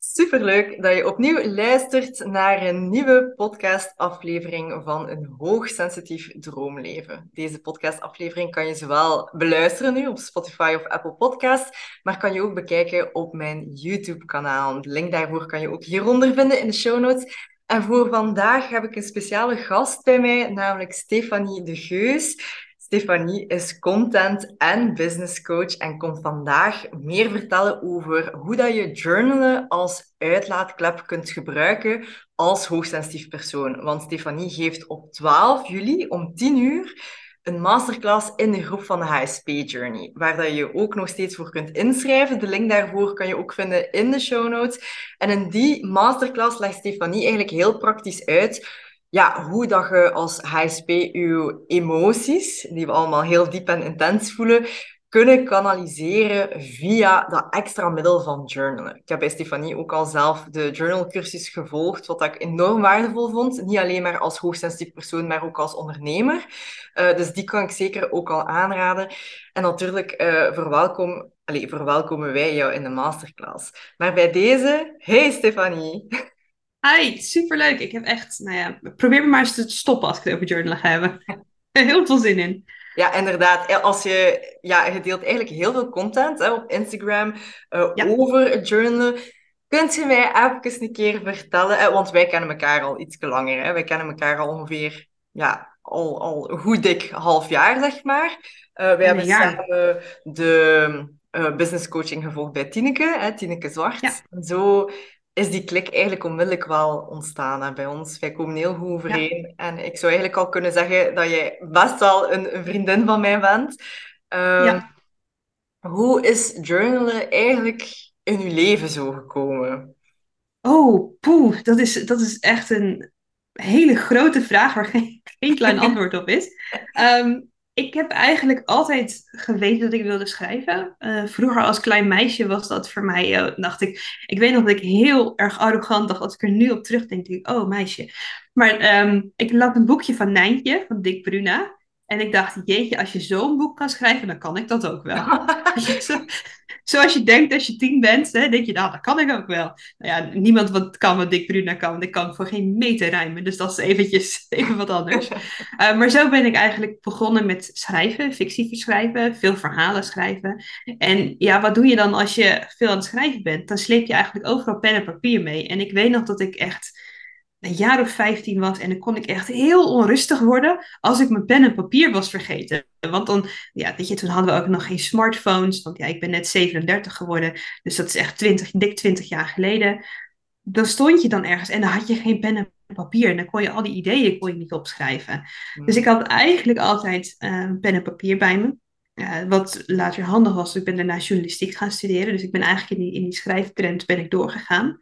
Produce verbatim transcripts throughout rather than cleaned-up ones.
Superleuk dat je opnieuw luistert naar een nieuwe podcastaflevering van Een Hoogsensitief Droomleven. Deze podcastaflevering kan je zowel beluisteren nu op Spotify of Apple Podcasts, maar kan je ook bekijken op mijn YouTube-kanaal. De link daarvoor kan je ook hieronder vinden in de show notes. En voor vandaag heb ik een speciale gast bij mij, namelijk Stefanie de Geus. Stefanie is content- en business coach en komt vandaag meer vertellen over hoe dat je journalen als uitlaatklep kunt gebruiken als hoogsensitief persoon. Want Stefanie geeft op twaalf juli om tien uur een masterclass in de groep van de H S P Journey, waar dat je ook nog steeds voor kunt inschrijven. De link daarvoor kan je ook vinden in de show notes. En in die masterclass legt Stefanie eigenlijk heel praktisch uit ja, hoe dat je als H S P je emoties, die we allemaal heel diep en intens voelen, kunnen kanaliseren via dat extra middel van journalen. Ik heb bij Stefanie ook al zelf de journalcursus gevolgd, wat ik enorm waardevol vond. Niet alleen maar als hoogsensitief persoon, maar ook als ondernemer. Uh, dus die kan ik zeker ook al aanraden. En natuurlijk uh, verwelkom, allez, verwelkomen wij jou in de masterclass. Maar bij deze, hey Stefanie! Hi, superleuk. Ik heb echt, nou ja, probeer me maar eens te stoppen als ik het over journalen ga hebben. Heel veel zin in. Ja, inderdaad. Als je, ja, je deelt eigenlijk heel veel content hè, op Instagram uh, Ja, over het journalen. Kunt je mij even een keer vertellen? Hè, want wij kennen elkaar al iets langer. Hè? Wij kennen elkaar al ongeveer, ja, al, al een goed dik half jaar, zeg maar. Uh, wij bijna hebben een jaar. samen de uh, business coaching gevolgd bij Tineke, hè, Tineke Zwart. Ja, En zo is die klik eigenlijk onmiddellijk wel ontstaan hè, bij ons. Wij komen heel goed ja. overeen. En ik zou eigenlijk al kunnen zeggen dat jij best wel een, een vriendin van mij bent. Um, Ja. hoe is journalen eigenlijk in uw leven zo gekomen? Oh, poeh, dat is, dat is echt een hele grote vraag waar geen, geen klein antwoord op is. Ehm, ik heb eigenlijk altijd geweten dat ik wilde schrijven. Eh, vroeger als klein meisje was dat voor mij, eh, dacht ik, ik weet nog dat ik heel erg arrogant dacht, als ik er nu op terugdenk, denk ik, oh meisje. Maar ehm, ik las een boekje van Nijntje, van Dick Bruna. En ik dacht, jeetje, als je zo'n boek kan schrijven, dan kan ik dat ook wel. Zo- Zoals je denkt als je tien bent, hè, denk je, nou, dat kan ik ook wel. Nou ja, niemand wat kan wat Dick Bruna kan, want ik kan voor geen meter rijmen. Dus dat is eventjes even wat anders. Uh, maar zo ben ik eigenlijk begonnen met schrijven, fictie schrijven, veel verhalen schrijven. En ja, wat doe je dan als je veel aan het schrijven bent? Dan sleep je eigenlijk overal pen en papier mee. En ik weet nog dat ik echt een jaar of vijftien was en dan kon ik echt heel onrustig worden als ik mijn pen en papier was vergeten. Want dan, ja, weet je, toen hadden we ook nog geen smartphones, want ja, ik ben net zevenendertig geworden, dus dat is echt twintig, dik twintig jaar geleden. Dan stond je dan ergens en dan had je geen pen en papier en dan kon je al die ideeën kon je niet opschrijven. Dus ik Hmm. had eigenlijk altijd uh, pen en papier bij me. Uh, wat later handig was, ik ben daarna journalistiek gaan studeren, dus ik ben eigenlijk in die, in die schrijftrend ben ik doorgegaan.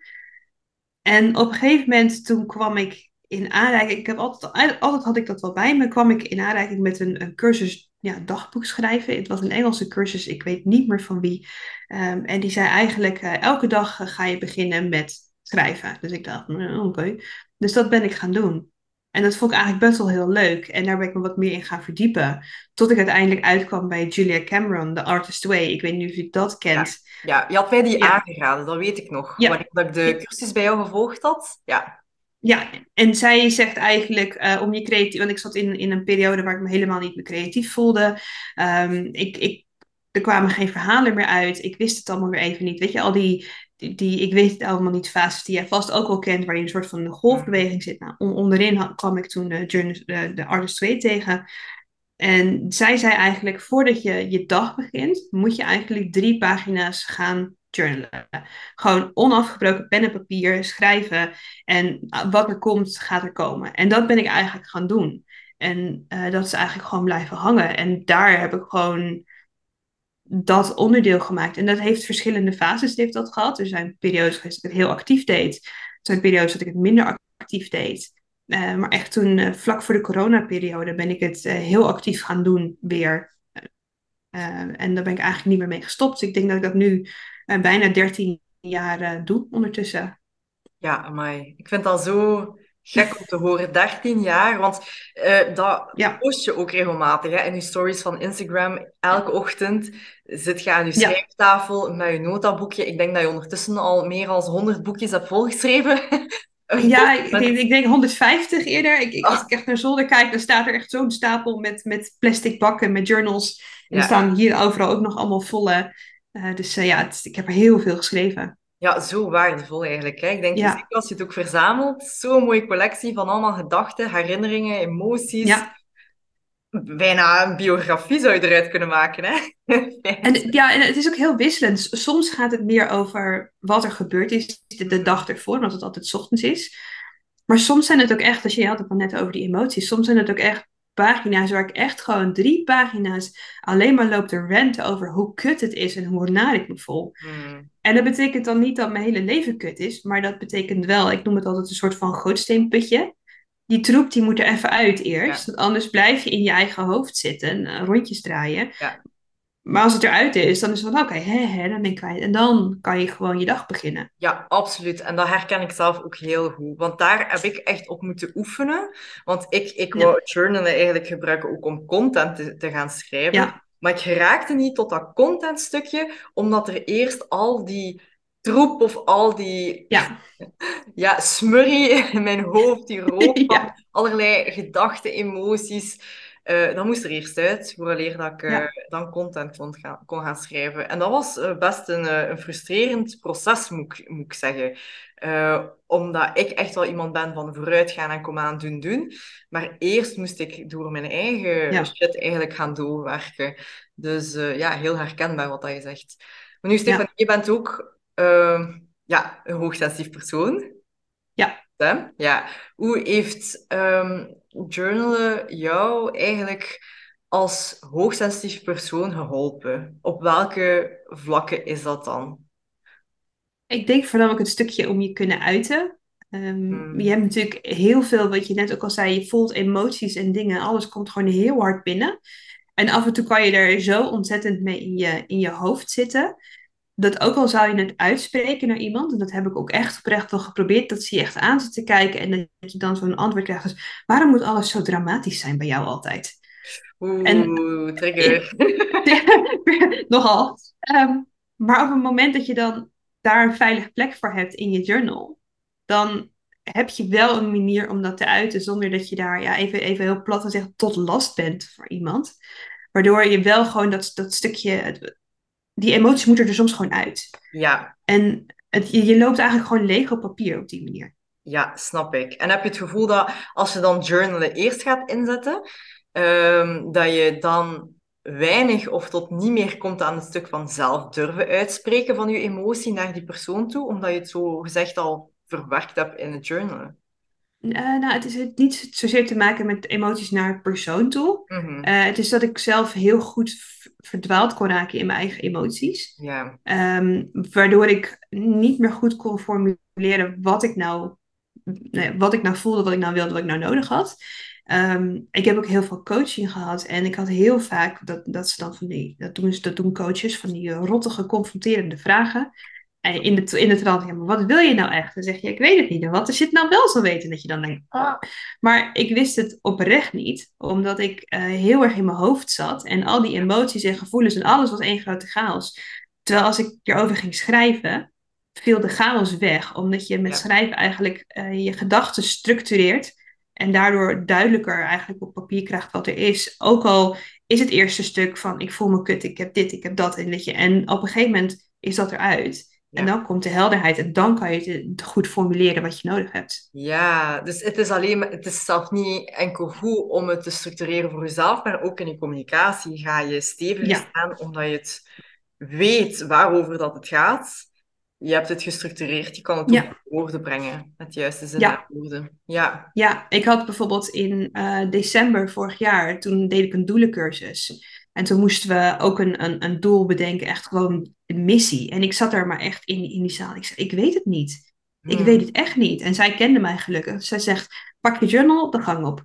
En op een gegeven moment toen kwam ik in aanraking, ik heb altijd, altijd had ik dat wel bij me, kwam ik in aanraking met een, een cursus ja, dagboek schrijven. Het was een Engelse cursus, ik weet niet meer van wie. Um, en die zei eigenlijk, uh, elke dag uh, ga je beginnen met schrijven. Dus ik dacht, nou, oké. Okay. Dus dat ben ik gaan doen. En dat vond ik eigenlijk best wel heel leuk. En daar ben ik me wat meer in gaan verdiepen. Tot ik uiteindelijk uitkwam bij Julia Cameron, The Artist Way. Ik weet niet of je dat Ja. kent. Ja, je had mij die Ja, aangeraden, dat weet ik nog. ja. Wanneer dat ik de cursus bij jou gevolgd had. Ja. Ja, en zij zegt eigenlijk uh, om je creatief, want ik zat in, in een periode waar ik me helemaal niet meer creatief voelde. Um, ik, ik, er kwamen geen verhalen meer uit. Ik wist het allemaal weer even niet. Weet je, al die, die, die ik weet het allemaal niet, fases die jij vast ook wel kent, waar je in een soort van Mhm. golfbeweging zit. Nou, on- onderin had- kwam ik toen de, journalist, de, de Artist twee tegen. En zij zei eigenlijk, voordat je je dag begint, moet je eigenlijk drie pagina's gaan journalen. Gewoon onafgebroken pen en papier schrijven. En wat er komt, gaat er komen. En dat ben ik eigenlijk gaan doen. En uh, dat is eigenlijk gewoon blijven hangen. En daar heb ik gewoon dat onderdeel gemaakt. En dat heeft verschillende fases heeft dat gehad. Er zijn periodes geweest dat ik het heel actief deed. Er zijn periodes dat ik het minder actief deed. Uh, maar echt toen, uh, vlak voor de coronaperiode, ben ik het uh, heel actief gaan doen weer. Uh, en daar ben ik eigenlijk niet meer mee gestopt. Dus ik denk dat ik dat nu uh, bijna dertien jaar uh, doe ondertussen. Ja, amai. Ik vind dat zo Gek om te horen, dertien jaar. Want eh, dat Ja, post je ook regelmatig hè, in je stories van Instagram. Elke ochtend zit je aan je ja. schrijftafel met je notaboekje. Ik denk dat je ondertussen al meer dan honderd boekjes hebt volgeschreven. Een Ja, bos ik denk, met... ik denk honderdvijftig eerder. Ik, ik, als Ah, ik echt naar zolder kijk, dan staat er echt zo'n stapel met, met plastic bakken, met journals. En er ja. staan hier overal ook nog allemaal volle. Eh, dus eh, ja, het, ik heb er heel veel geschreven. Ja, zo waardevol eigenlijk. Hè. Ik denk, zeker Ja, als je het ook verzamelt, zo'n mooie collectie van allemaal gedachten, herinneringen, emoties. ja. Bijna een biografie zou je eruit kunnen maken, hè? In En, feite. ja, en het is ook heel wisselend. Soms gaat het meer over wat er gebeurd is de, de Mhm. dag ervoor, omdat het altijd 's ochtends is. Maar soms zijn het ook echt, als je had het dan net over die emoties, soms zijn het ook echt pagina's waar ik echt gewoon drie pagina's alleen maar loop te ranten over hoe kut het is en hoe naar ik me voel. Hmm. En dat betekent dan niet dat mijn hele leven kut is, maar dat betekent wel, ik noem het altijd een soort van gootsteenputje. Die troep die moet er even uit eerst, Ja, want anders blijf je in je eigen hoofd zitten, eh, rondjes draaien. ja. Maar als het eruit is, dan is het van oké, hè, hè, dan ben ik kwijt. En dan kan je gewoon je dag beginnen. Ja, absoluut. En dat herken ik zelf ook heel goed. Want daar heb ik echt op moeten oefenen. Want ik, ik Ja, wou journalen eigenlijk gebruiken ook om content te, te gaan schrijven. ja, Maar ik geraakte niet tot dat contentstukje, omdat er eerst al die troep of al die ja, ja, smurrie in mijn hoofd, die rook van ja, allerlei gedachten, emoties. Eh, dat moest er eerst uit, vooraleer dat ik eh, ja, dan content kon gaan, kon gaan schrijven. En dat was eh, best een, eh, een frustrerend proces, moet ik, moet ik zeggen. Eh, omdat ik echt wel iemand ben van vooruitgaan en kom aan doen doen. Maar eerst moest ik door mijn eigen ja, shit eigenlijk gaan doorwerken. Dus eh, ja, heel herkenbaar wat dat je zegt. Maar nu, Stefan, ja, je bent ook eh, ja, een hoogsensitief persoon. ja. Hè? Ja. Hoe heeft ehm, journalen jou eigenlijk als hoogsensitief persoon geholpen? Op welke vlakken is dat dan? Ik denk voornamelijk het stukje om je kunnen uiten. Ehm, je Hmm. hebt natuurlijk heel veel, wat je net ook al zei, je voelt emoties en dingen. Alles komt gewoon heel hard binnen. En af en toe kan je er zo ontzettend mee in je, in je hoofd zitten. Dat ook al zou je het uitspreken naar iemand, en dat heb ik ook echt oprecht wel geprobeerd, dat ze je echt aan zit te kijken en dat je dan zo'n antwoord krijgt als, waarom moet alles zo dramatisch zijn bij jou altijd? En Oeh, ik, trigger. nogal. Ehm, maar op het moment dat je dan daar een veilige plek voor hebt in je journal, dan heb je wel een manier om dat te uiten zonder dat je daar, ja, even, even heel plat gezegd, tot last bent voor iemand. Waardoor je wel gewoon dat, dat stukje, die emoties moeten er soms gewoon uit. Ja, En het, je, je loopt eigenlijk gewoon leeg op papier op die manier. ja, snap ik. En heb je het gevoel dat als je dan journalen eerst gaat inzetten, ehm, dat je dan weinig of tot niet meer komt aan het stuk van zelf durven uitspreken van je emotie naar die persoon toe, omdat je het zo gezegd al verwerkt hebt in het journalen? Eh, nou, het is het niet zozeer te maken met emoties naar persoon toe. Mhm. Eh, het is dat ik zelf heel goed v- verdwaald kon raken in mijn eigen emoties. Ja, Ehm, waardoor ik niet meer goed kon formuleren wat ik nou, nee, wat ik nou voelde, wat ik nou wilde, wat ik nou nodig had. Ehm, ik heb ook heel veel coaching gehad en ik had heel vaak dat, dat ze dan van die, dat doen, ze- dat doen coaches, van die rottige, confronterende vragen. En in de, in de trant, ja, maar wat wil je nou echt? Dan zeg je, ik weet het niet. En wat is het nou wel zo weten? Dat je dan denkt, ah. Maar ik wist het oprecht niet, omdat ik eh, heel erg in mijn hoofd zat. En al die emoties en gevoelens en alles was één grote chaos. Terwijl als ik erover ging schrijven, viel de chaos weg. Omdat je met ja. schrijven eigenlijk eh, je gedachten structureert. En daardoor duidelijker eigenlijk op papier krijgt wat er is. Ook al is het eerste stuk van ik voel me kut, ik heb dit, ik heb dat. En, weet je, en op een gegeven moment is dat eruit. En Ja. dan komt de helderheid en dan kan je het goed formuleren wat je nodig hebt. Ja, dus het is alleen, maar- het is zelf niet enkel goed om het te structureren voor jezelf, maar ook in je communicatie ga je steviger Ja, staan omdat je het weet waarover dat het gaat. Je hebt het gestructureerd, je kan het ook op ja, woorden brengen, met de juiste zin en ja. woorden. Ja. Ja, ik had bijvoorbeeld in eh, december vorig jaar, toen deed ik een doelencursus. En toen moesten we ook een, een, een doel bedenken, echt gewoon een missie. En ik zat daar maar echt in, in die zaal. Ik zei, ik weet het niet. Ik weet Hmm. het echt niet. En zij kende mij gelukkig. Zij zegt, pak je journal de gang op.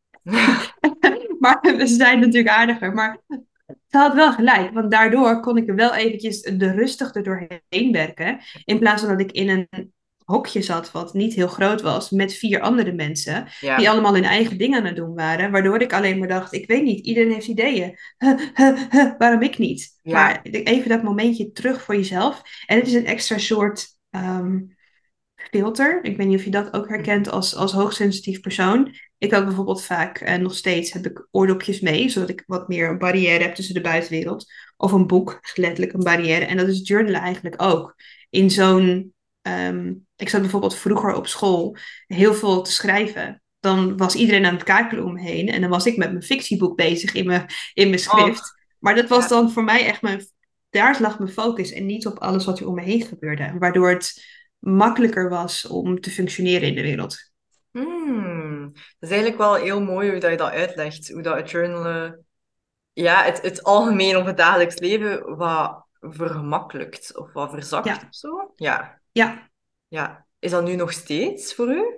Maar we zijn natuurlijk aardiger. Maar ze had wel gelijk, want daardoor kon ik er wel eventjes de rustig er doorheen werken. In plaats van dat ik in een hokje zat, wat niet heel groot was, met vier andere mensen, die Ja. allemaal hun eigen ding aan het doen waren, waardoor ik alleen maar dacht, ik weet niet, iedereen heeft ideeën. Huh, huh, huh, waarom ik niet? Ja. Maar even dat momentje terug voor jezelf. En het is een extra soort ehm, filter. Ik weet niet of je dat ook herkent als, als hoogsensitief persoon. Ik had bijvoorbeeld vaak, en nog steeds heb ik oordopjes mee, zodat ik wat meer een barrière heb tussen de buitenwereld. Of een boek, echt letterlijk een barrière. En dat is journalen eigenlijk ook. In zo'n, ehm, ik zat bijvoorbeeld vroeger op school heel veel te schrijven. Dan was iedereen aan het kakelen om me heen. En dan was ik met mijn fictieboek bezig in mijn, in mijn Oh, script. Maar dat was ja. dan voor mij echt mijn, daar lag mijn focus en niet op alles wat er om me heen gebeurde. Waardoor het makkelijker was om te functioneren in de wereld. Hmm. Dat is eigenlijk wel heel mooi hoe dat je dat uitlegt. Hoe dat het journalen, ja, het, het algemeen of het dagelijks leven wat vergemakkelijkt of wat verzacht of Ja, zo. Ja. ja. Ja. Is dat nu nog steeds voor u?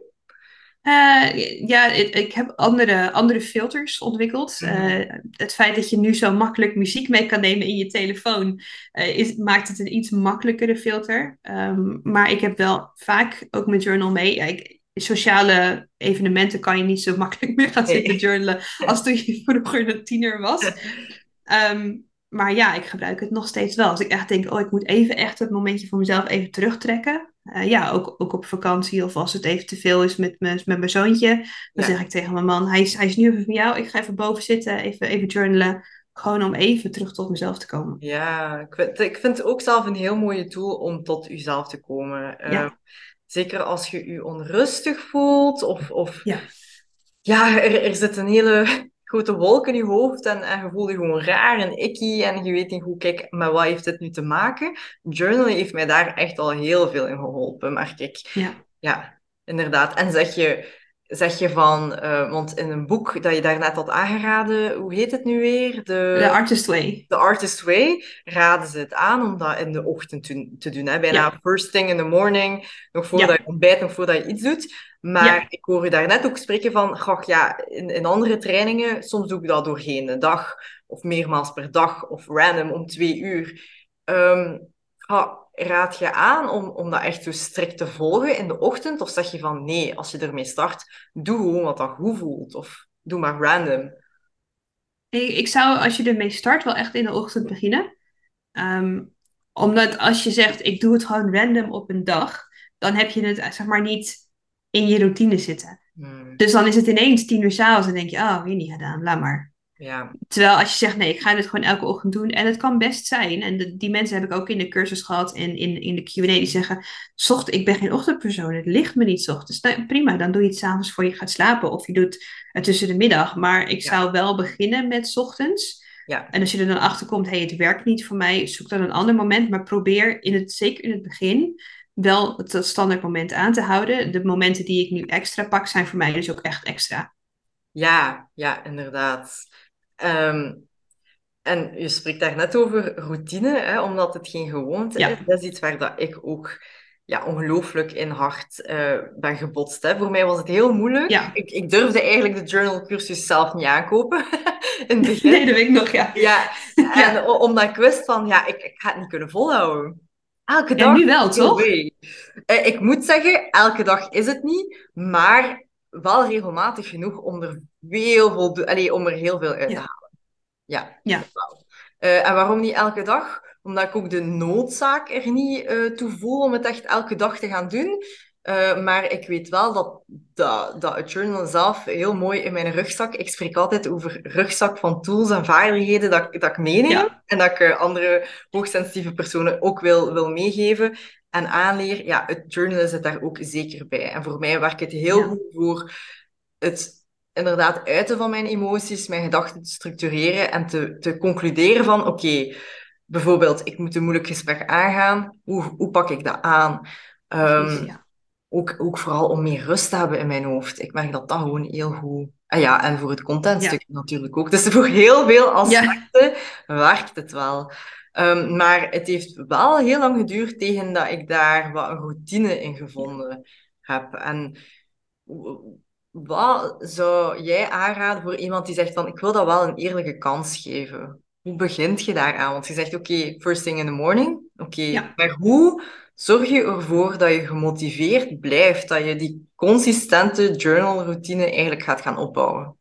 Eh, ja, ik, ik heb andere, andere filters ontwikkeld. Mhm. Eh, het feit dat je nu zo makkelijk muziek mee kan nemen in je telefoon, eh, is, maakt het een iets makkelijkere filter. Ehm, maar ik heb wel vaak ook mijn journal mee. Ja, ik, sociale evenementen kan je niet zo makkelijk meer gaan zitten Nee. journalen als toen je vroeger een tiener was. Ehm, maar ja, ik gebruik het nog steeds wel. Als ik echt denk, oh, ik moet even echt het momentje voor mezelf even terugtrekken. Eh, ja, ook, ook op vakantie of als het even te veel is met, mijn met mijn zoontje. Dan Ja. zeg ik tegen mijn man, hij is, hij is nu even van jou. Ik ga even boven zitten, even, even journalen. Gewoon om even terug tot mezelf te komen. Ja, ik vind, ik vind het ook zelf een heel mooie tool om tot jezelf te komen. Eh, Ja, zeker als je je onrustig voelt of, of ja, ja, er, er zit een hele grote wolk in je hoofd en, en je voelt je gewoon raar en icky en je weet niet hoe, kijk, met wat heeft dit nu te maken? Journalen heeft mij daar echt al heel veel in geholpen, merk ik. ja. Ja, inderdaad. En zeg je, zeg je van, eh, want in een boek dat je daarnet had aangeraden, hoe heet het nu weer? The De Artist Way. The Artist Way raden ze het aan om dat in de ochtend te, te doen. Hè? Bijna Ja, first thing in the morning, nog voordat je ja, ontbijt, nog voordat je iets doet. Maar ja, ik hoor je daarnet ook spreken van, gach, ja, in, in andere trainingen, soms doe ik dat doorheen de dag, of meermaals per dag, of random om twee uur. Ehm, ga- raad je aan om, om dat echt zo strikt te volgen in de ochtend? Of zeg je van, nee, als je ermee start, doe gewoon wat dat goed voelt, of doe maar random. Ik, ik zou, als je ermee start, wel echt in de ochtend beginnen. Ehm, Omdat als je zegt, ik doe het gewoon random op een dag, dan heb je het, eh, zeg maar, niet in je routine zitten. Hmm, Dus dan is het ineens tien uur s'avonds en denk je, oh, weer niet gedaan, laat maar. ja, Terwijl als je zegt, nee, ik ga dit gewoon elke ochtend doen. En het kan best zijn, en de- die mensen heb ik ook in de cursus gehad en in, in de Q en A, die zeggen, zocht, ik ben geen ochtendpersoon, het ligt me niet 's ochtends. Nou, prima, dan doe je het s'avonds voor je gaat slapen of je doet het tussen de middag. Maar ik ja, zou wel beginnen met 's ochtends. ja. En als je er dan achter komt, hey, het werkt niet voor mij, zoek dan een ander moment. Maar probeer in het, zeker in het begin, wel het, het standaard moment aan te houden. De momenten die ik nu extra pak, zijn voor mij dus ook echt extra. Ja, ja, inderdaad. Ehm, en je spreekt daar net over routine, hè, omdat het geen gewoonte is. Ja, Dat is iets waar dat ik ook ja, ongelooflijk in hard eh, ben gebotst. Hè. Voor mij was het heel moeilijk. ja. Ik, ik durfde eigenlijk de journal-cursus zelf niet aankopen in het begin. Nee, dat weet ik nog, ja. Ja, en Ja, o- omdat ik wist van, ja, ik, ik ga het niet kunnen volhouden. Elke ja, dag, nu wel, no toch? way. Eh, ik moet zeggen, elke dag is het niet, maar wel regelmatig genoeg om er veel voldo- allee, om er heel veel uit te Ja, halen. Ja, ja, dat wel. Eh, en waarom niet elke dag? Omdat ik ook de noodzaak er niet eh, toe voel om het echt elke dag te gaan doen. Eh, maar ik weet wel dat, dat, dat het journal zelf heel mooi in mijn rugzak... Ik spreek altijd over rugzak van tools en vaardigheden dat, ik- dat ik meeneem. ja, En dat ik eh, andere hoogsensitieve personen ook wil, wil meegeven en aanleer. Ja, het journalen zit daar ook zeker bij. En voor mij werkt het heel ja, goed voor het inderdaad uiten van mijn emoties, mijn gedachten te structureren en te, te concluderen van, oké, bijvoorbeeld, ik moet een moeilijk gesprek aangaan. Hoe, hoe pak ik dat aan? precies, Ehm, ja. ook, ook vooral om meer rust te hebben in mijn hoofd. Ik merk dat dat gewoon heel goed... Ah ja, en voor het contentstuk Ja, natuurlijk ook. Dus voor heel veel ja, aspecten werkt het wel. Ehm, maar het heeft wel heel lang geduurd tegen dat ik daar wat een routine in gevonden heb. En wat zou jij aanraden voor iemand die zegt van ik wil dat wel een eerlijke kans geven? Hoe begint je daaraan? Want je zegt oké, first thing in the morning. Oké, Ja. maar hoe zorg je ervoor dat je gemotiveerd blijft, dat je die consistente journalroutine eigenlijk gaat gaan opbouwen?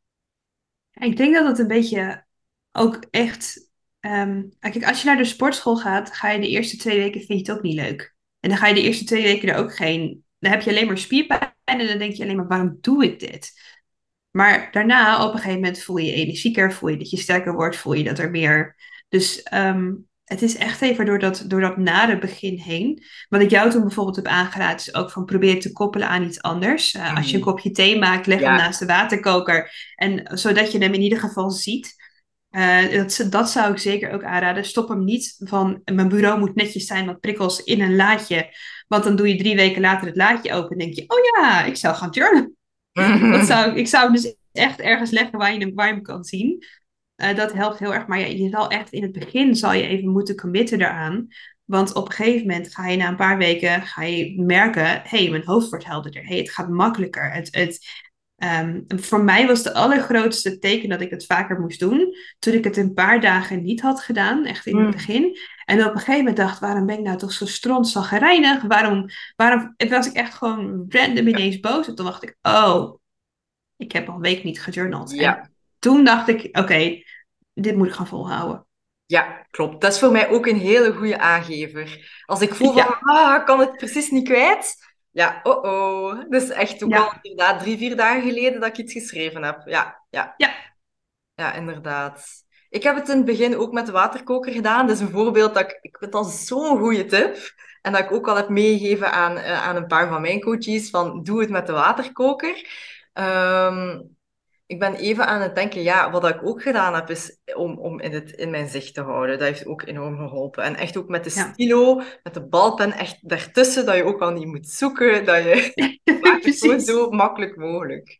Ik denk dat het een beetje ook echt. ehm, kijk, als je naar de sportschool gaat, ga je de eerste twee weken vind je het ook niet leuk. En dan ga je de eerste twee weken er ook geen. Dan heb je alleen maar spierpijn en dan denk je alleen maar, waarom doe ik dit? Maar daarna, op een gegeven moment, voel je je energieker, voel je dat je sterker wordt, voel je dat er meer. Dus ehm, het is echt even door dat, door dat nare begin heen. Wat ik jou toen bijvoorbeeld heb aangeraden, is ook van probeer te koppelen aan iets anders. Eh, als je een Mhm. kopje thee maakt, leg hem Ja. naast de waterkoker. En zodat je hem in ieder geval ziet. Eh, dat, dat zou ik zeker ook aanraden. Stop hem niet van mijn bureau moet netjes zijn, wat prikkels in een laadje. Want dan doe je drie weken later het laadje open en denk je, oh ja, ik zou gaan journalen. Dat zou, ik zou hem dus echt ergens leggen waar je hem, waar je hem kan zien. Eh, dat helpt heel erg. Maar ja, je zal echt in het begin zal je even moeten committen daaraan. Want op een gegeven moment ga je na een paar weken ga je merken, hé, hey, mijn hoofd wordt helderder. Hey, het gaat makkelijker. Het, het, ehm, voor mij was de allergrootste teken dat ik het vaker moest doen. Toen ik het een paar dagen niet had gedaan, echt in het Mm. begin. En op een gegeven moment dacht, waarom ben ik nou toch zo strontzaggerijnig? Waarom, waarom was ik echt gewoon random ineens boos? En toen dacht ik, oh, ik heb al een week niet gejournald. En Ja. toen dacht ik, oké, dit moet ik gaan volhouden. Ja, klopt. Dat is voor mij ook een hele goede aangever. Als ik voel van, Ja, ah, ik kan het precies niet kwijt. Ja, oh oh. Dus echt ook al ja, inderdaad drie, vier dagen geleden dat ik iets geschreven heb. Ja, ja, ja, ja, inderdaad. Ik heb het in het begin ook met de waterkoker gedaan. Dat is een voorbeeld dat ik, ik vind dat zo'n goede tip. En dat ik ook al heb meegegeven aan, eh, aan een paar van mijn coaches, van doe het met de waterkoker. Ehm, ik ben even aan het denken, ja, wat ik ook gedaan heb, is om, om in, het, in mijn zicht te houden. Dat heeft ook enorm geholpen. En echt ook met de ja. stilo, met de balpen, echt daartussen, dat je ook al niet moet zoeken, dat je maakt het gewoon Precies. zo makkelijk mogelijk.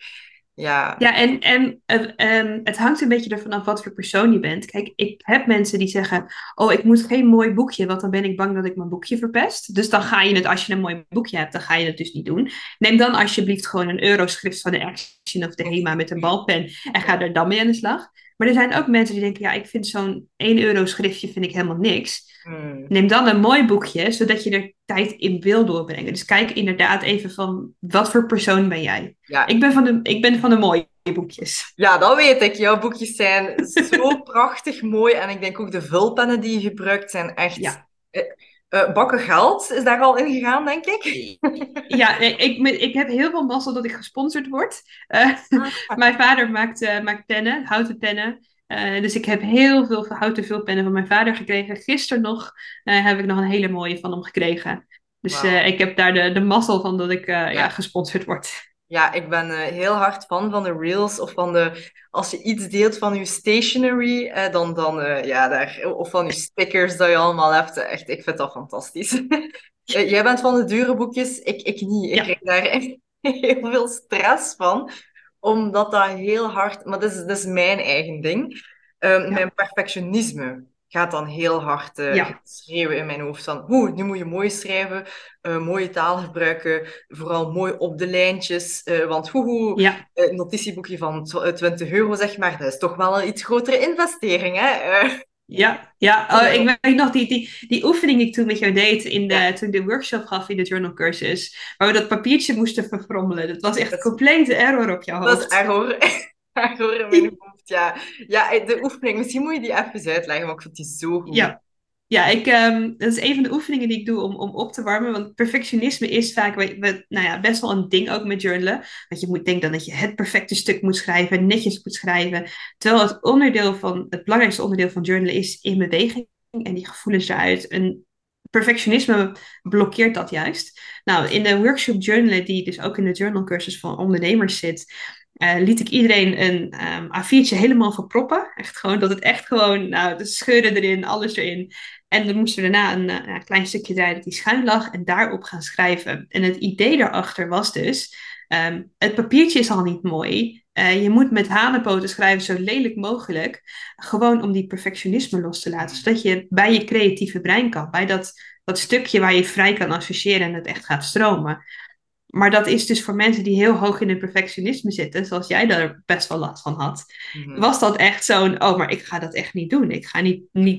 Ja. Ja, en, en eh, ehm, het hangt een beetje ervan af wat voor persoon je bent. Kijk, ik heb mensen die zeggen: oh, ik moet geen mooi boekje, want dan ben ik bang dat ik mijn boekje verpest. Dus dan ga je het, als je een mooi boekje hebt, dan ga je het dus niet doen. Neem dan alsjeblieft gewoon een euroschrift van de Action of de HEMA met een balpen en ga er dan mee aan de slag. Maar er zijn ook mensen die denken: ja, ik vind zo'n één euro schriftje vind ik helemaal niks. Hmm. Neem dan een mooi boekje, zodat je er tijd in wil doorbrengen. Dus kijk inderdaad even van, wat voor persoon ben jij? Ik Ja. ben van de, ik ben van de mooie boekjes. Ja, dat weet ik. Jouw boekjes zijn zo prachtig mooi. En ik denk ook de vulpennen die je gebruikt zijn echt... Ja. eh, eh, bakken geld is daar al in gegaan, denk ik. Ja, ik, ik, ik heb heel veel mazzel dat ik gesponsord word. Eh, mijn vader maakt, eh, maakt pennen, houten pennen. Eh, dus ik heb heel veel houten vulpennen van mijn vader gekregen. Gisteren nog eh, heb ik nog een hele mooie van hem gekregen. Dus Wauw. eh, ik heb daar de, de mazzel van dat ik eh, ja, Ja. gesponsord word. Ja, ik ben eh, heel hard fan van de reels of van de... Als je iets deelt van je stationery, eh, dan, dan eh, ja, daar... Of van je stickers dat je allemaal hebt. eh, Echt, ik vind dat fantastisch. Eh, jij bent van de dure boekjes, ik, ik niet. Ik krijg Ja, daar echt heel veel stress van, omdat dat heel hard... Maar dat is, dat is mijn eigen ding. Ehm, ja, mijn perfectionisme gaat dan heel hard eh, ja, schreeuwen in mijn hoofd van hoe, nu moet je mooi schrijven, eh, mooie taal gebruiken, vooral mooi op de lijntjes, eh, want hoe, hoe ja. een notitieboekje van tw- eh, twintig euro, zeg maar, dat is toch wel een iets grotere investering, hè? Eh, Ja, ja. Oh, ik weet nog die, die, die oefening die ik toen met jou deed in ja, de, toen ik de workshop gaf in de journalcursus, waar we dat papiertje moesten verfrommelen. Dat was echt dat is, complete error op jouw dat is hoofd. error. Error in mijn hoofd, ja. Ja, eh, de oefening, misschien moet je die even uitleggen, maar ik vind die zo goed. Ja, ja ik, ehm, dat is een van de oefeningen die ik doe om, om op te warmen. Want perfectionisme is vaak we, we- nou ja, best wel een ding ook met journalen. Want je moet denken dan dat je het perfecte stuk moet schrijven, netjes moet schrijven. Terwijl het onderdeel van, het belangrijkste onderdeel van journalen is in beweging en die gevoelens eruit. Een perfectionisme blokkeert dat juist. Nou, in de workshop journalen, die dus ook in de journalcursus van ondernemers zit, eh, liet ik iedereen een um, A viertje helemaal verproppen. Echt gewoon, dat het echt gewoon, nou, de scheuren erin, alles erin. En dan moesten we daarna een, uh, een klein stukje draaien dat die schuin lag en daarop gaan schrijven. En het idee daarachter was dus, um, het papiertje is al niet mooi. Uh, je moet met hanenpoten schrijven zo lelijk mogelijk. Gewoon om die perfectionisme los te laten. Zodat je bij je creatieve brein kan. Bij dat, dat stukje waar je vrij kan associëren en het echt gaat stromen. Maar dat is dus voor mensen die heel hoog in hun perfectionisme zitten, zoals jij daar best wel last van had, Mhm. was dat echt zo'n, oh, maar ik ga dat echt niet doen. Ik ga niet, niet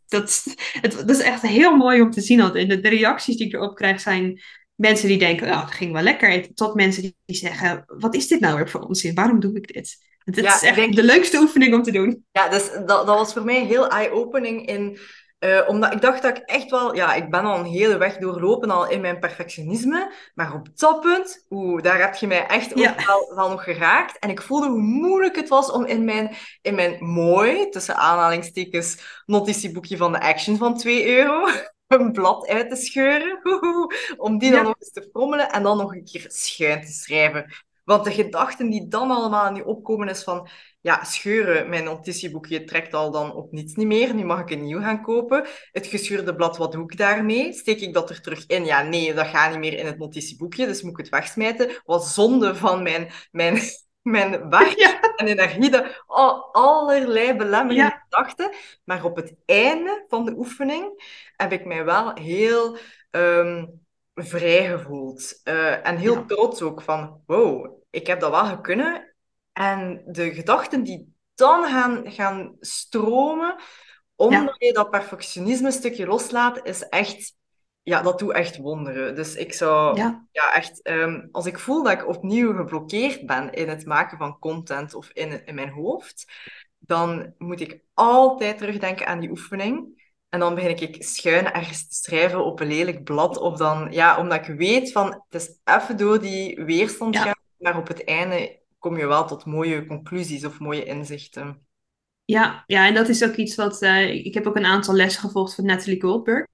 dat, is- het, dat is echt heel mooi om te zien altijd. En de, de reacties die ik erop krijg zijn mensen die denken, oh, dat ging wel lekker. Tot mensen die, die zeggen, wat is dit nou weer voor onzin? Waarom doe ik dit? Het is Ja, ik echt denk de leukste oefening om te doen. Ja, dus dat, dat was voor mij heel eye-opening in... eh, omdat ik dacht dat ik echt wel... Ja, ik ben al een hele weg doorlopen al in mijn perfectionisme. Maar op dat punt, oeh, daar heb je mij echt Ja, ook wel, wel nog geraakt. En ik voelde hoe moeilijk het was om in mijn, in mijn mooi, tussen aanhalingstekens, notitieboekje van de Action van twee euro... een blad uit te scheuren. Woehoe, om die dan nog ja, eens te frommelen en dan nog een keer schuin te schrijven. Want de gedachten die dan allemaal in je opkomen is van ja, scheuren, mijn notitieboekje trekt al dan op niets niet meer. Nu mag ik een nieuw gaan kopen. Het gescheurde blad, wat doe ik daarmee? Steek ik dat er terug in? Ja, nee, dat gaat niet meer in het notitieboekje, dus moet ik het wegsmijten. Wat zonde van mijn, mijn, mijn werk ja, en energie. Dat, al, allerlei belemmerende ja, gedachten. Maar op het einde van de oefening heb ik mij wel heel ehm, vrij gevoeld. Eh, en heel ja, trots ook van, wow, ik heb dat wel kunnen. En de gedachten die dan gaan, gaan stromen, omdat ja, je dat perfectionisme stukje loslaat, is echt, ja, dat doet echt wonderen. Dus ik zou, ja, ja, echt, ehm, als ik voel dat ik opnieuw geblokkeerd ben in het maken van content of in, in mijn hoofd, dan moet ik altijd terugdenken aan die oefening. En dan begin ik schuin ergens te schrijven op een lelijk blad. Of dan, ja, omdat ik weet van, het is even door die weerstand gaan, ja. maar op het einde kom je wel tot mooie conclusies of mooie inzichten. Ja, ja, en dat is ook iets wat. Eh, ik heb ook een aantal lessen gevolgd van Natalie Goldberg.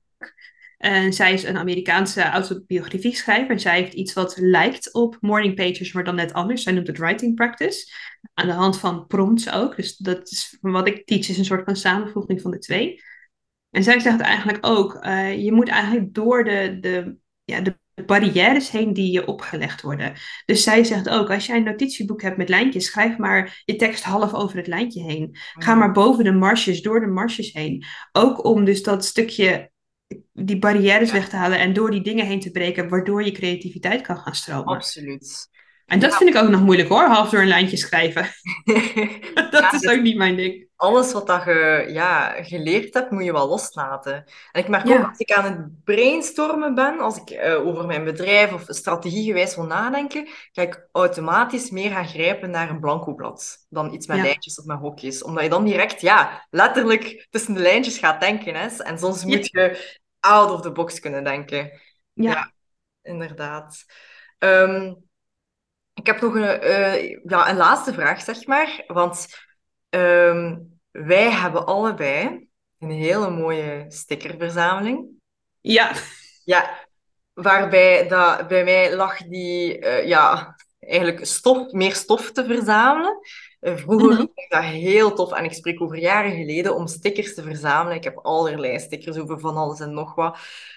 En zij is een Amerikaanse autobiografieschrijver. En zij heeft iets wat lijkt op morning pages, maar dan net anders. Zij noemt het writing practice. Aan de hand van prompts ook. Dus dat is wat ik teach, is een soort van samenvoeging van de twee. En zij zegt eigenlijk ook, eh, je moet eigenlijk door de, de, ja, de barrières heen die je opgelegd worden. Dus zij zegt ook, als jij een notitieboek hebt met lijntjes, schrijf maar je tekst half over het lijntje heen. Ga Mhm. maar boven de marsjes, door de marsjes heen. Ook om dus dat stukje, die barrières Ja, weg te halen en door die dingen heen te breken, waardoor je creativiteit kan gaan stromen. absoluut. En dat Ja. vind ik ook nog moeilijk hoor, half door een lijntje schrijven. Dat Ja, is dus ook niet mijn ding. alles wat dat je ja, geleerd hebt, moet je wel loslaten. En ik merk ook als Ja, ik aan het brainstormen ben, als ik eh, over mijn bedrijf of strategiegewijs wil nadenken, ga ik automatisch meer gaan grijpen naar een blanco blad dan iets met ja, lijntjes of met hokjes. Omdat je dan direct, ja, letterlijk tussen de lijntjes gaat denken. Hè. En soms ja, moet je out of the box kunnen denken. ja, Ja, inderdaad. Ehm, ik heb nog een, eh, ja, een laatste vraag, zeg maar. Want ehm, wij hebben allebei een hele mooie stickerverzameling. ja. Ja, waarbij dat, bij mij lag die, eh, ja, eigenlijk stof, meer stof te verzamelen. Eh, vroeger Mhm. vond ik dat heel tof, en ik spreek over jaren geleden, om stickers te verzamelen. Ik heb allerlei stickers over van alles en nog wat.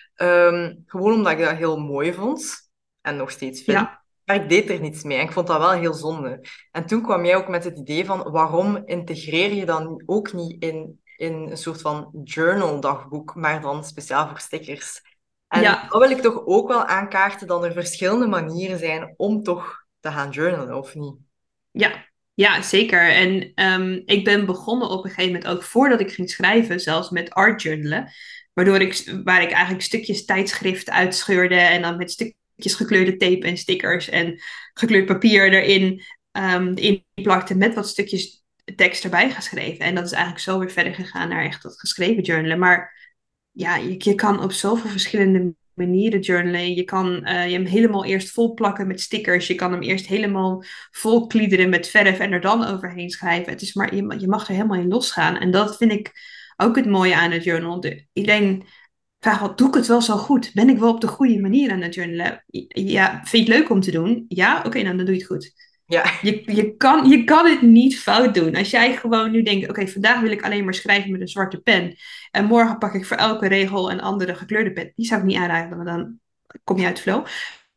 Ehm, gewoon omdat ik dat heel mooi vond, en nog steeds vind. Ja, Maar ik deed er niets mee en ik vond dat wel heel zonde. En toen kwam jij ook met het idee van, waarom integreer je dan ook niet in, in een soort van journal-dagboek, maar dan speciaal voor stickers? En ja, dan wil ik toch ook wel aankaarten dat er verschillende manieren zijn om toch te gaan journalen, of niet? ja, ja, zeker. En ehm, ik ben begonnen op een gegeven moment ook voordat ik ging schrijven, zelfs met art journalen. Waardoor ik, waar ik eigenlijk stukjes tijdschrift uitscheurde en dan met stukjes gekleurde tape en stickers en gekleurd papier erin ehm in plakte met wat stukjes tekst erbij geschreven. En dat is eigenlijk zo weer verder gegaan naar echt dat geschreven journalen. Maar ja, je, je kan op zoveel verschillende manieren journalen. Je kan eh, je hem helemaal eerst vol plakken met stickers. Je kan hem eerst helemaal vol kliederen met verf en er dan overheen schrijven. Het is maar, je, je mag er helemaal in losgaan. En dat vind ik ook het mooie aan het journal. De, iedereen vraagt wel, doe ik het wel zo goed? Ben ik wel op de goede manier aan het journalen? Ja, vind je het leuk om te doen? Ja, oké, nou, dan doe je het goed. Ja, Je, je, kan, je kan het niet fout doen. Als jij gewoon nu denkt, oké, vandaag wil ik alleen maar schrijven met een zwarte pen. En morgen pak ik voor elke regel een andere gekleurde pen. Die zou ik niet aanraden, want dan kom je uit de flow.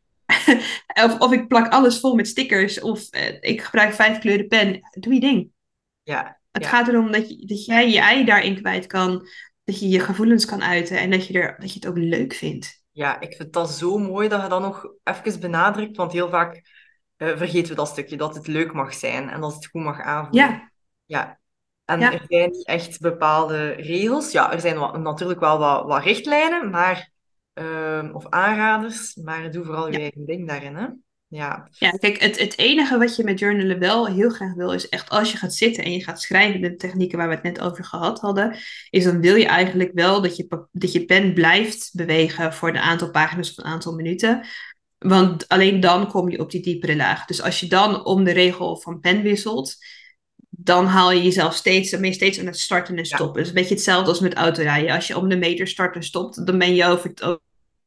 of, of ik plak alles vol met stickers. Of eh, ik gebruik vijf kleuren pen. Doe je ding. ja, Het ja, gaat erom dat, je, dat jij je ei daarin kwijt kan. Dat je je gevoelens kan uiten. En dat je, er, dat je het ook leuk vindt. ja. Ik vind dat zo mooi dat je dat nog even benadrukt, want heel vaak eh, vergeten we dat stukje, dat het leuk mag zijn en dat het goed mag aanvoelen. Ja, Ja, En er Ja. zijn niet echt bepaalde regels. Ja, er zijn wa- natuurlijk wel wat, wat richtlijnen, maar, ehm, of aanraders, maar doe vooral je Ja. eigen ding daarin, hè? Ja, Ja, kijk, het, het enige wat je met journalen wel heel graag wil, is echt als je gaat zitten en je gaat schrijven, de technieken waar we het net over gehad hadden, is dan wil je eigenlijk wel dat je, pa- dat je pen blijft bewegen voor een aantal pagina's of een aantal minuten. Want alleen dan kom je op die diepere laag. Dus als je dan om de regel van pen wisselt, dan haal je jezelf steeds, dan ben je steeds aan het starten en ja. stoppen. Het is een beetje hetzelfde als met autorijden. Als je om de meter start en stopt, dan ben je over het...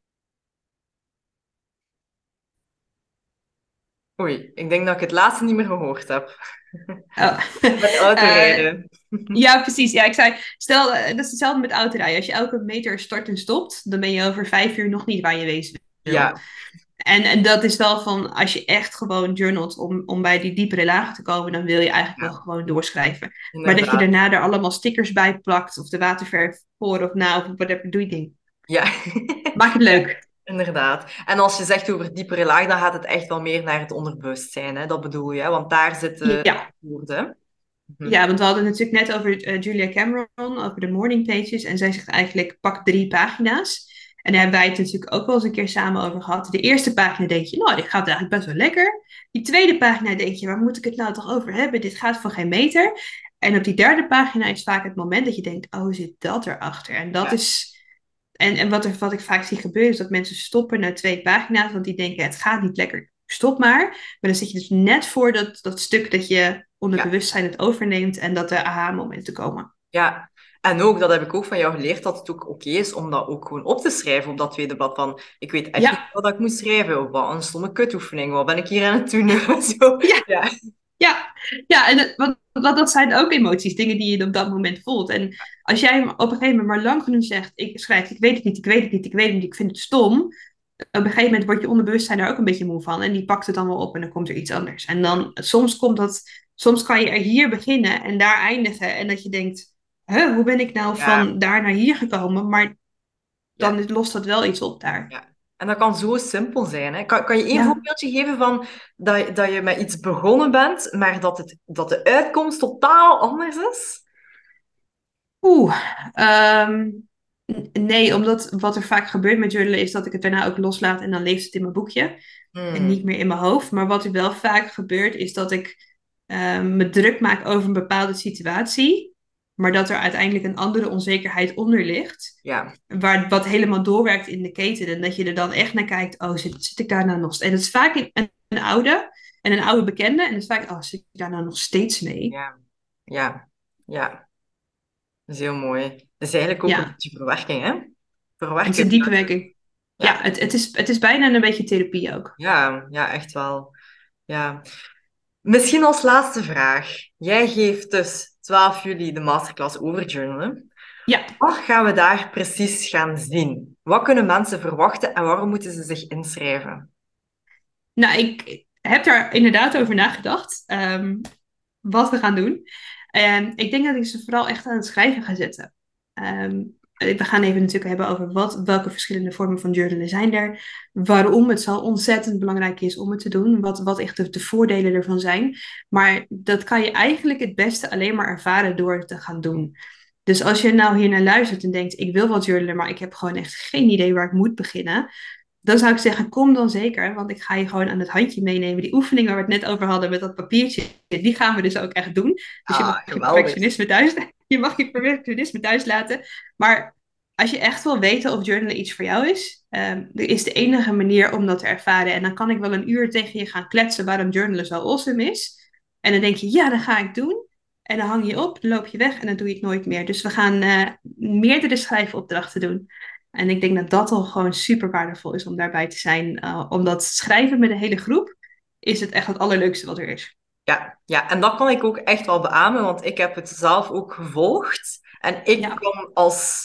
Oei, ik denk dat ik het laatste niet meer gehoord heb. Oh. Met Eh, autorijden. Ja, precies. Ja, ik zei, stel, eh, dat is hetzelfde met autorijden. Als je elke meter start en stopt, dan ben je over vijf uur nog niet waar je wezen wil. Ja, En, en dat is wel van, als je echt gewoon journalt om, om bij die diepere lagen te komen, dan wil je eigenlijk wel ja, gewoon doorschrijven. Maar dat je inderdaad. daarna er allemaal stickers bij plakt, of de waterverf voor of na, of whatever, doe je ding. Ja. Maak het Ja, leuk. inderdaad. En als je zegt over diepere laag, dan gaat het echt wel meer naar het onderbewustzijn, hè? Dat bedoel je, hè? Want daar zitten Ja. woorden. Mhm. Ja, want we hadden het natuurlijk net over eh, Julia Cameron, over de morning pages. En zij zegt eigenlijk, pak drie pagina's. En daar hebben wij het natuurlijk ook wel eens een keer samen over gehad. De eerste pagina denk je, nou, dit gaat eigenlijk best wel lekker. Die tweede pagina denk je, waar moet ik het nou toch over hebben? Dit gaat van geen meter. En op die derde pagina is vaak het moment dat je denkt, oh, zit dat erachter? En dat Ja, is... En, en wat, er, wat ik vaak zie gebeuren, is dat mensen stoppen na twee pagina's, want die denken, het gaat niet lekker, stop maar. Maar dan zit je dus net voor dat, dat stuk dat je ja, onderbewustzijn het overneemt en dat de aha-momenten komen. ja. En ook, dat heb ik ook van jou geleerd, dat het ook oké is om dat ook gewoon op te schrijven op dat tweede blad. Van, ik weet echt niet Ja, wat ik moet schrijven. Of wat een stomme kutoefening. Wat ben ik hier aan het doen? Zo, ja, ja. ja. Ja, en het, want, want dat zijn ook emoties, dingen die je op dat moment voelt. En als jij op een gegeven moment maar lang genoeg zegt, ik schrijf, ik weet het niet, ik weet het niet, ik weet het niet, ik vind het stom. Op een gegeven moment wordt je onderbewustzijn daar ook een beetje moe van. En die pakt het dan wel op en dan komt er iets anders. En dan soms komt dat, soms kan je er hier beginnen en daar eindigen. En dat je denkt, huh, hoe ben ik nou Ja, van daar naar hier gekomen? Maar ja, dan lost dat wel iets op daar. ja. En dat kan zo simpel zijn. Hè? Kan, kan je één Ja. voorbeeldje geven van dat, je- dat je met iets begonnen bent, maar dat, het, dat de uitkomst totaal anders is? Oeh. ehm, n- nee, omdat wat er vaak gebeurt met journalen is dat ik het daarna ook loslaat en dan leeft het in mijn boekje. En Hmm, niet meer in mijn hoofd. Maar wat er wel vaak gebeurt is dat ik ehm, me druk maak over een bepaalde situatie. Maar dat er uiteindelijk een andere onzekerheid onder ligt. ja, Waar, wat helemaal doorwerkt in de keten. En dat je er dan echt naar kijkt. Oh, zit, zit ik daar nou nog steeds? En het is vaak een, een, een oude. En een oude bekende. En het is vaak, oh, zit ik daar nou nog steeds mee? ja, ja, ja. Dat is heel mooi. Het is eigenlijk ook een Ja, beetje verwerking, hè? het is Verwerken. een diepe werking. Ja, Ja, het, het, is, het is bijna een beetje therapie ook. ja, ja, echt wel. Ja. Misschien als laatste vraag. Jij geeft dus twaalf juli de masterclass over journalen. Ja, Wat gaan we daar precies gaan zien? Wat kunnen mensen verwachten en waarom moeten ze zich inschrijven? nou, ik heb daar inderdaad over nagedacht. ehm, wat we gaan doen. En ik denk dat ik ze vooral echt aan het schrijven ga zetten. Ehm, we gaan even natuurlijk hebben over wat, welke verschillende vormen van journalen zijn er. Waarom het zo ontzettend belangrijk is om het te doen. Wat, wat echt de, de voordelen ervan zijn. Maar dat kan je eigenlijk het beste alleen maar ervaren door het te gaan doen. Dus als je nou hier naar luistert en denkt, ik wil wat journalen, maar ik heb gewoon echt geen idee waar ik moet beginnen. Dan zou ik zeggen, kom dan zeker, want ik ga je gewoon aan het handje meenemen. Die oefening waar we het net over hadden met dat papiertje, die gaan we dus ook echt doen. Dus je Ah, mag je geweldig. perfectionisme thuis, je mag je perfectionisme thuis laten. Maar als je echt wil weten of journalen iets voor jou is, um, er is de enige manier om dat te ervaren. En dan kan ik wel een uur tegen je gaan kletsen waarom journalen zo awesome is. En dan denk je, ja, dat ga ik doen. En dan hang je op, dan loop je weg en dan doe je het nooit meer. Dus we gaan uh, meerdere schrijfopdrachten doen. En ik denk dat dat al gewoon super waardevol is om daarbij te zijn. Uh, omdat schrijven met een hele groep is het echt het allerleukste wat er is. Ja, ja, en dat kan ik ook echt wel beamen, want ik heb het zelf ook gevolgd. En ik Ja, kwam als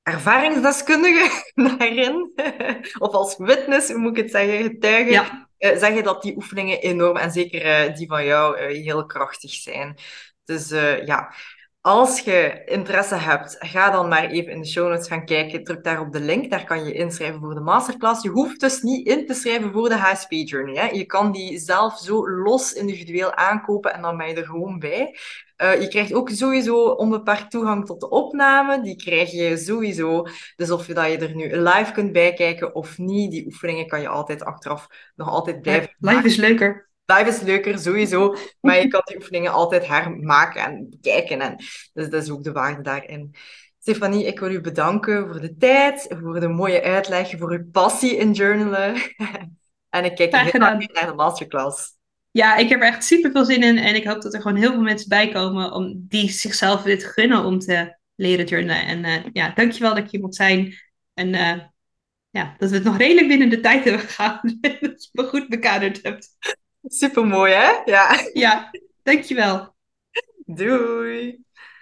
ervaringsdeskundige daarin, of als witness, hoe moet ik het zeggen, getuige, ja, eh, zeggen dat die oefeningen enorm, en zeker eh, die van jou, eh, heel krachtig zijn. Dus eh, ja, als je interesse hebt, ga dan maar even in de show notes gaan kijken. Druk daar op de link, daar kan je inschrijven voor de masterclass. Je hoeft dus niet in te schrijven voor de H S P Journey. Hè. Je kan die zelf zo los individueel aankopen en dan ben je er gewoon bij. Uh, je krijgt ook sowieso onbeperkt toegang tot de opname. Die krijg je sowieso. Dus of je, dat je er nu live kunt bijkijken of niet, die oefeningen kan je altijd achteraf nog altijd blijven Maar live maken. is leuker. Live is leuker, sowieso. Maar je kan die oefeningen altijd hermaken en bekijken. En dus dat is ook de waarde daarin. Stefanie, ik wil u bedanken voor de tijd, voor de mooie uitleg, voor uw passie in journalen. En ik kijk er Graag heel erg gedaan. naar de masterclass. Ja, ik heb er echt super veel zin in. En ik hoop dat er gewoon heel veel mensen bij komen om die zichzelf dit gunnen om te leren journalen. En uh, ja, dankjewel dat je hier mocht zijn. En uh, ja, dat we het nog redelijk binnen de tijd hebben gegaan. Dat je me goed bekaderd hebt. Supermooi, hè? Ja. Ja, dankjewel. Doei.